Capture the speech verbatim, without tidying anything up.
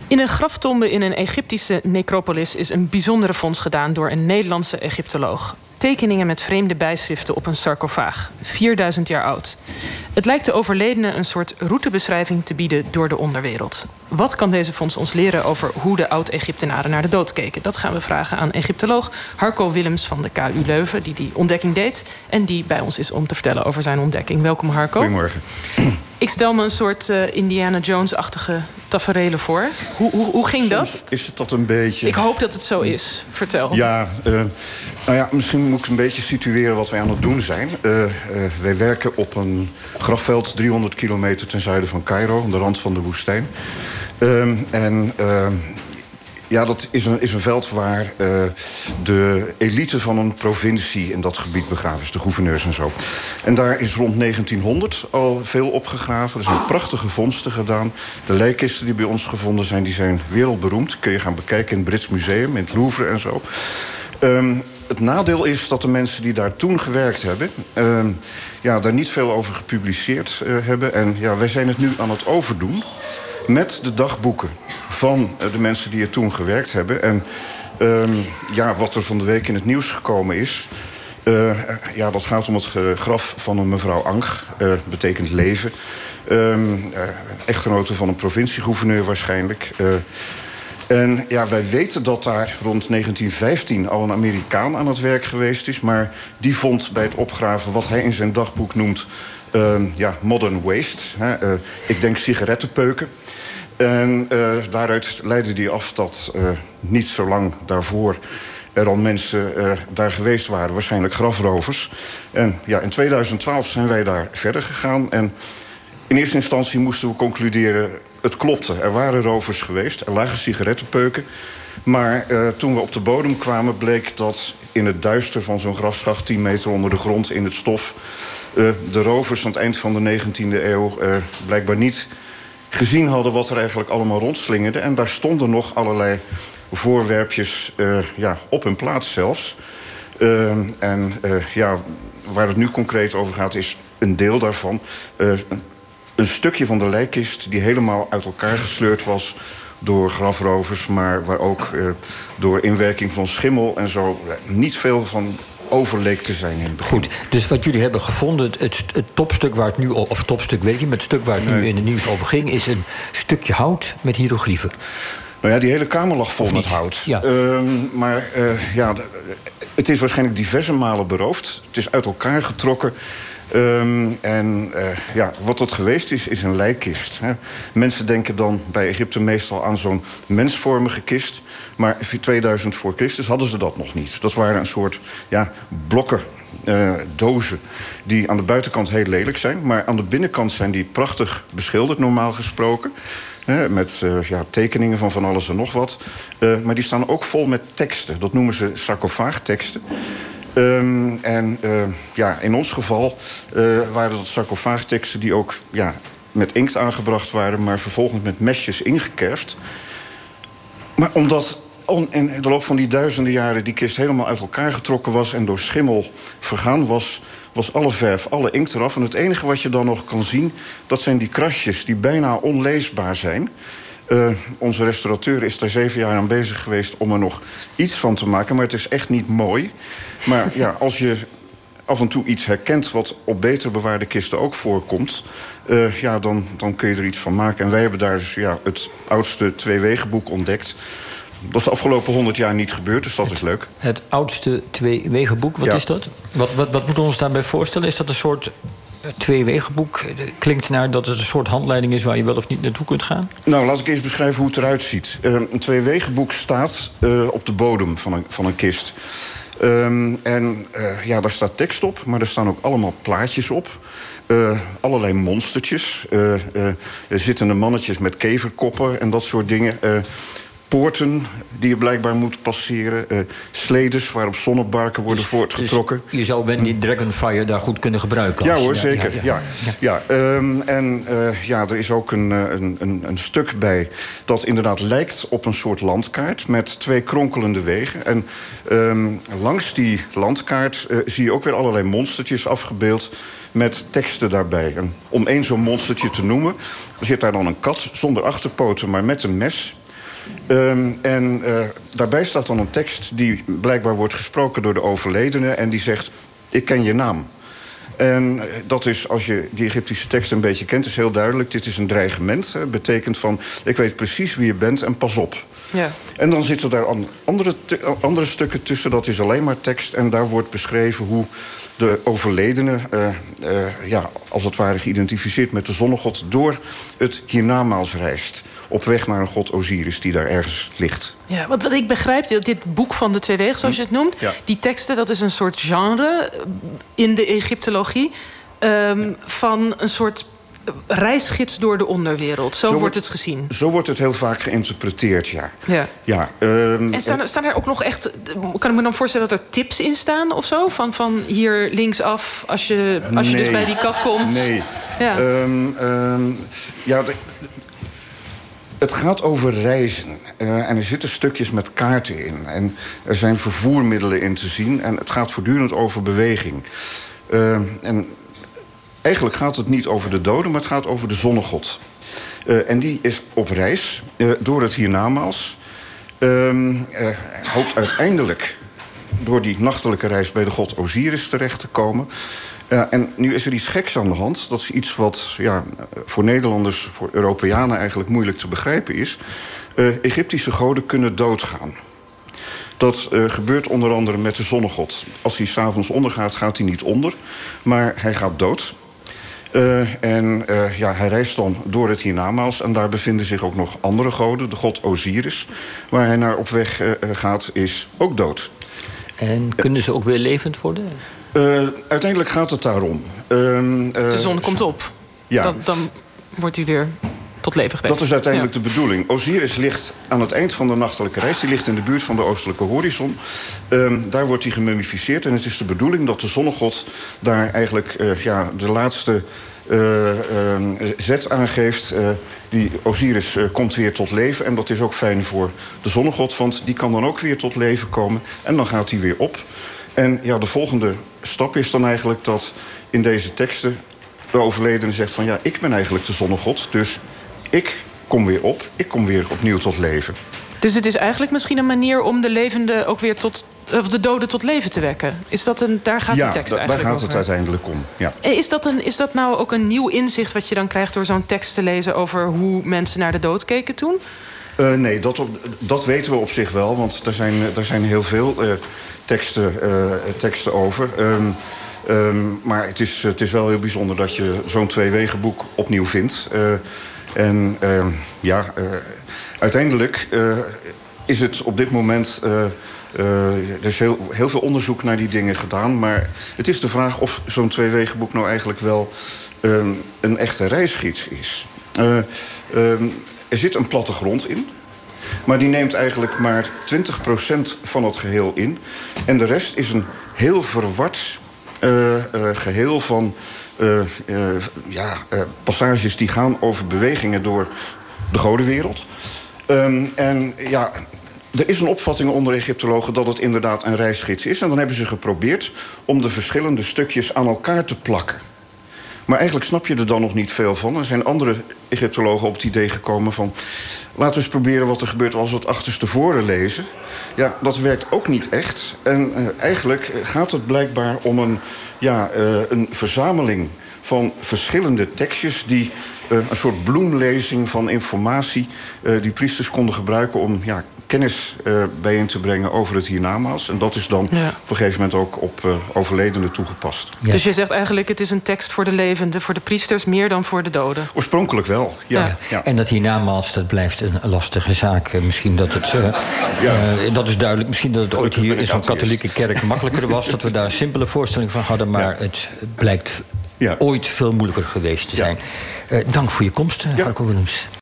In een graftombe in een Egyptische necropolis is een bijzondere vondst gedaan door een Nederlandse Egyptoloog. Tekeningen met vreemde bijschriften op een sarcofaag, vierduizend jaar oud. Het lijkt de overledene een soort routebeschrijving te bieden door de onderwereld. Wat kan deze vondst ons leren over hoe de oud-Egyptenaren naar de dood keken? Dat gaan we vragen aan Egyptoloog Harco Willems van de K U Leuven, die die ontdekking deed en die bij ons is om te vertellen over zijn ontdekking. Welkom, Harco. Goedemorgen. Ik stel me een soort uh, Indiana Jones-achtige taferelen voor. Hoe, hoe, hoe ging Soms dat? Is het dat een beetje... Ik hoop dat het zo is. Vertel. Ja, uh, nou ja, misschien moet ik een beetje situeren wat wij aan het doen zijn. Uh, uh, wij werken op een grafveld driehonderd kilometer ten zuiden van Cairo, aan de rand van de woestijn. Uh, en... Uh, Ja, dat is een, is een veld waar uh, de elite van een provincie in dat gebied begraven is. De gouverneurs en zo. En daar is rond negentienhonderd al veel opgegraven. Er zijn prachtige vondsten gedaan. De lijkkisten die bij ons gevonden zijn, die zijn wereldberoemd. Kun je gaan bekijken in het Brits Museum, in het Louvre en zo. Um, het nadeel is dat de mensen die daar toen gewerkt hebben... Um, ja, daar niet veel over gepubliceerd uh, hebben. En ja, wij zijn het nu aan het overdoen met de dagboeken van de mensen die er toen gewerkt hebben. En um, ja, wat er van de week in het nieuws gekomen is... Uh, ja, dat gaat om het graf van een mevrouw Anch, uh, betekent leven. Um, uh, echtgenote van een provinciegouverneur waarschijnlijk. Uh, en ja, wij weten dat daar rond negentien vijftien al een Amerikaan aan het werk geweest is. Maar die vond bij het opgraven wat hij in zijn dagboek noemt... Uh, ja, modern waste. Hè, uh, ik denk sigarettenpeuken. En uh, daaruit leidde hij af dat uh, niet zo lang daarvoor er al mensen uh, daar geweest waren. Waarschijnlijk grafrovers. En ja, in tweeduizend twaalf zijn wij daar verder gegaan. En in eerste instantie moesten we concluderen... het klopte, er waren rovers geweest, er lagen sigarettenpeuken. Maar uh, toen we op de bodem kwamen bleek dat in het duister van zo'n grafschacht... tien meter onder de grond in het stof... Uh, de rovers aan het eind van de negentiende eeuw uh, blijkbaar niet... gezien hadden wat er eigenlijk allemaal rondslingerde. En daar stonden nog allerlei voorwerpjes uh, ja, op hun plaats zelfs. Uh, en uh, ja, waar het nu concreet over gaat is een deel daarvan. Uh, een stukje van de lijkkist die helemaal uit elkaar gesleurd was... door grafrovers, maar waar ook uh, door inwerking van schimmel en zo... niet veel van... overleek te zijn in het begin. Goed, dus wat jullie hebben gevonden, het, het topstuk waar het nu, of topstuk weet ik niet, maar het stuk waar het nu nee. in het nieuws over ging, is een stukje hout met hiërogliefen. Nou ja, die hele kamer lag vol met hout. Ja. Uh, maar uh, ja, het is waarschijnlijk diverse malen beroofd. Het is uit elkaar getrokken. Um, en uh, ja, wat het geweest is, is een lijkkist. Hè. Mensen denken dan bij Egypte meestal aan zo'n mensvormige kist. Maar tweeduizend voor Christus hadden ze dat nog niet. Dat waren een soort ja, blokken, uh, dozen... die aan de buitenkant heel lelijk zijn. Maar aan de binnenkant zijn die prachtig beschilderd, normaal gesproken. Hè, met uh, ja, tekeningen van van alles en nog wat. Uh, maar die staan ook vol met teksten. Dat noemen ze sarcofaagteksten. Um, en uh, ja, in ons geval uh, waren dat sarcofaagteksten die ook ja, met inkt aangebracht waren... maar vervolgens met mesjes ingekerfd. Maar omdat on, in de loop van die duizenden jaren die kist helemaal uit elkaar getrokken was... en door schimmel vergaan was, was alle verf, alle inkt eraf. En het enige wat je dan nog kan zien, dat zijn die krasjes die bijna onleesbaar zijn... Uh, onze restaurateur is daar zeven jaar aan bezig geweest om er nog iets van te maken. Maar het is echt niet mooi. Maar ja, als je af en toe iets herkent wat op beter bewaarde kisten ook voorkomt... Uh, ja, dan, dan kun je er iets van maken. En wij hebben daar dus ja, het oudste tweewegenboek ontdekt. Dat is de afgelopen honderd jaar niet gebeurd, dus dat het, is leuk. Het oudste tweewegenboek, wat ja. is dat? Wat, wat, wat moeten we ons daarbij voorstellen? Is dat een soort... tweewegenboek klinkt naar dat het een soort handleiding is... waar je wel of niet naartoe kunt gaan? Nou, laat ik eerst beschrijven hoe het eruit ziet. Uh, een tweewegenboek staat uh, op de bodem van een, van een kist. Um, en uh, ja, daar staat tekst op, maar er staan ook allemaal plaatjes op. Uh, allerlei monstertjes. Uh, uh, er zittende mannetjes met keverkoppen en dat soort dingen... Uh, poorten die je blijkbaar moet passeren. Uh, sledes waarop zonnebarken worden dus, voortgetrokken. Dus je zou Wendy Dragonfire daar goed kunnen gebruiken? Ja als, hoor, ja, zeker. Ja, ja. ja. ja um, en uh, ja, er is ook een, een, een, een stuk bij... dat inderdaad lijkt op een soort landkaart... met twee kronkelende wegen. En um, langs die landkaart uh, zie je ook weer allerlei monstertjes afgebeeld... met teksten daarbij. En om één zo'n monstertje te noemen... zit daar dan een kat zonder achterpoten, maar met een mes... Um, en uh, daarbij staat dan een tekst die blijkbaar wordt gesproken door de overledene en die zegt: ik ken je naam. En dat is, als je die Egyptische tekst een beetje kent, is heel duidelijk. Dit is een dreigement. Het betekent van, ik weet precies wie je bent en pas op. Ja. En dan zitten daar andere, andere stukken tussen. Dat is alleen maar tekst. En daar wordt beschreven hoe de overledene, uh, uh, ja, als het ware geïdentificeerd met de zonnegod, door het hiernamaals reist. Op weg naar een god Osiris die daar ergens ligt. Ja, wat, wat ik begrijp, dit boek van de twee wegen, zoals je het noemt, ja. die teksten, dat is een soort genre in de Egyptologie um, van een soort reisgids door de onderwereld. Zo, zo wordt, wordt het gezien. Zo wordt het heel vaak geïnterpreteerd, ja. ja. ja um, en staan er, staan er ook nog echt, kan ik me dan voorstellen dat er tips in staan of zo? Van, van hier linksaf, als je, als je nee. dus bij die kat komt. Nee. Ja, um, um, ja de, het gaat over reizen. Uh, en er zitten stukjes met kaarten in. En er zijn vervoermiddelen in te zien. En het gaat voortdurend over beweging. Uh, en eigenlijk gaat het niet over de doden, maar het gaat over de zonnegod. Uh, en die is op reis uh, door het hiernamaals. Uh, uh, hoopt uiteindelijk door die nachtelijke reis bij de god Osiris terecht te komen. Uh, en nu is er iets geks aan de hand. Dat is iets wat ja, voor Nederlanders, voor Europeanen eigenlijk moeilijk te begrijpen is. Uh, Egyptische goden kunnen doodgaan. Dat uh, gebeurt onder andere met de zonnegod. Als hij 's avonds ondergaat, gaat hij niet onder, maar hij gaat dood. Uh, en uh, ja, hij reist dan door het hiernamaals. En daar bevinden zich ook nog andere goden. De god Osiris, waar hij naar op weg uh, gaat, is ook dood. En kunnen ze ook weer levend worden? Uh, uiteindelijk gaat het daarom. Uh, uh, de zon komt op. Ja. Dan, dan wordt hij weer tot leven gewekt. Dat is uiteindelijk ja. de bedoeling. Osiris ligt aan het eind van de nachtelijke reis. Die ligt in de buurt van de oostelijke horizon. Um, daar wordt hij gemummificeerd. En het is de bedoeling dat de zonnegod daar eigenlijk uh, ja, de laatste uh, uh, zet aangeeft. Uh, die Osiris uh, komt weer tot leven. En dat is ook fijn voor de zonnegod, want die kan dan ook weer tot leven komen. En dan gaat hij weer op. En ja, de volgende stap is dan eigenlijk dat in deze teksten de overledene zegt van ja, ik ben eigenlijk de zonnegod, dus ik kom weer op, ik kom weer opnieuw tot leven. Dus het is eigenlijk misschien een manier om de levende ook weer tot, of de doden tot leven te wekken. Is dat een, daar gaat ja, de tekst da- eigenlijk daar gaat over. het uiteindelijk om. Ja. Is dat, een, is dat nou ook een nieuw inzicht wat je dan krijgt door zo'n tekst te lezen over hoe mensen naar de dood keken toen? Uh, nee, dat, op, dat weten we op zich wel, want er zijn, er zijn heel veel uh, teksten, uh, teksten over. Um, um, maar het is, het is wel heel bijzonder dat je zo'n tweewegenboek opnieuw vindt. Uh, en uh, ja, uh, uiteindelijk uh, is het op dit moment Uh, Uh, er is heel, heel veel onderzoek naar die dingen gedaan. Maar het is de vraag of zo'n tweewegenboek nou eigenlijk wel uh, een echte reisgids is. Uh, uh, er zit een plattegrond in. Maar die neemt eigenlijk maar twintig procent van het geheel in. En de rest is een heel verward uh, uh, geheel van uh, uh, ja, uh, passages die gaan over bewegingen door de godenwereld. Um, en ja, er is een opvatting onder Egyptologen dat het inderdaad een reisgids is. En dan hebben ze geprobeerd om de verschillende stukjes aan elkaar te plakken. Maar eigenlijk snap je er dan nog niet veel van. Er zijn andere Egyptologen op het idee gekomen van laten we eens proberen wat er gebeurt als we het achterstevoren lezen. Ja, dat werkt ook niet echt. En uh, eigenlijk gaat het blijkbaar om een, ja, uh, een verzameling van verschillende tekstjes die uh, een soort bloemlezing van informatie uh, die priesters konden gebruiken om ja, kennis uh, bijeen te brengen over het hiernamaals. En dat is dan ja. op een gegeven moment ook op uh, overledenen toegepast. Ja. Dus je zegt eigenlijk het is een tekst voor de levenden, voor de priesters meer dan voor de doden? Oorspronkelijk wel, ja. ja. ja. En dat hiernamaals, dat blijft een lastige zaak. Misschien dat het, uh, ja. uh, dat is duidelijk, misschien dat het ooit hier in zo'n katholieke kerk makkelijker was, dat we daar een simpele voorstelling van hadden, maar ja. het blijkt ja. ooit veel moeilijker geweest te zijn. Ja. Uh, dank voor je komst, uh, ja. Harco Willems.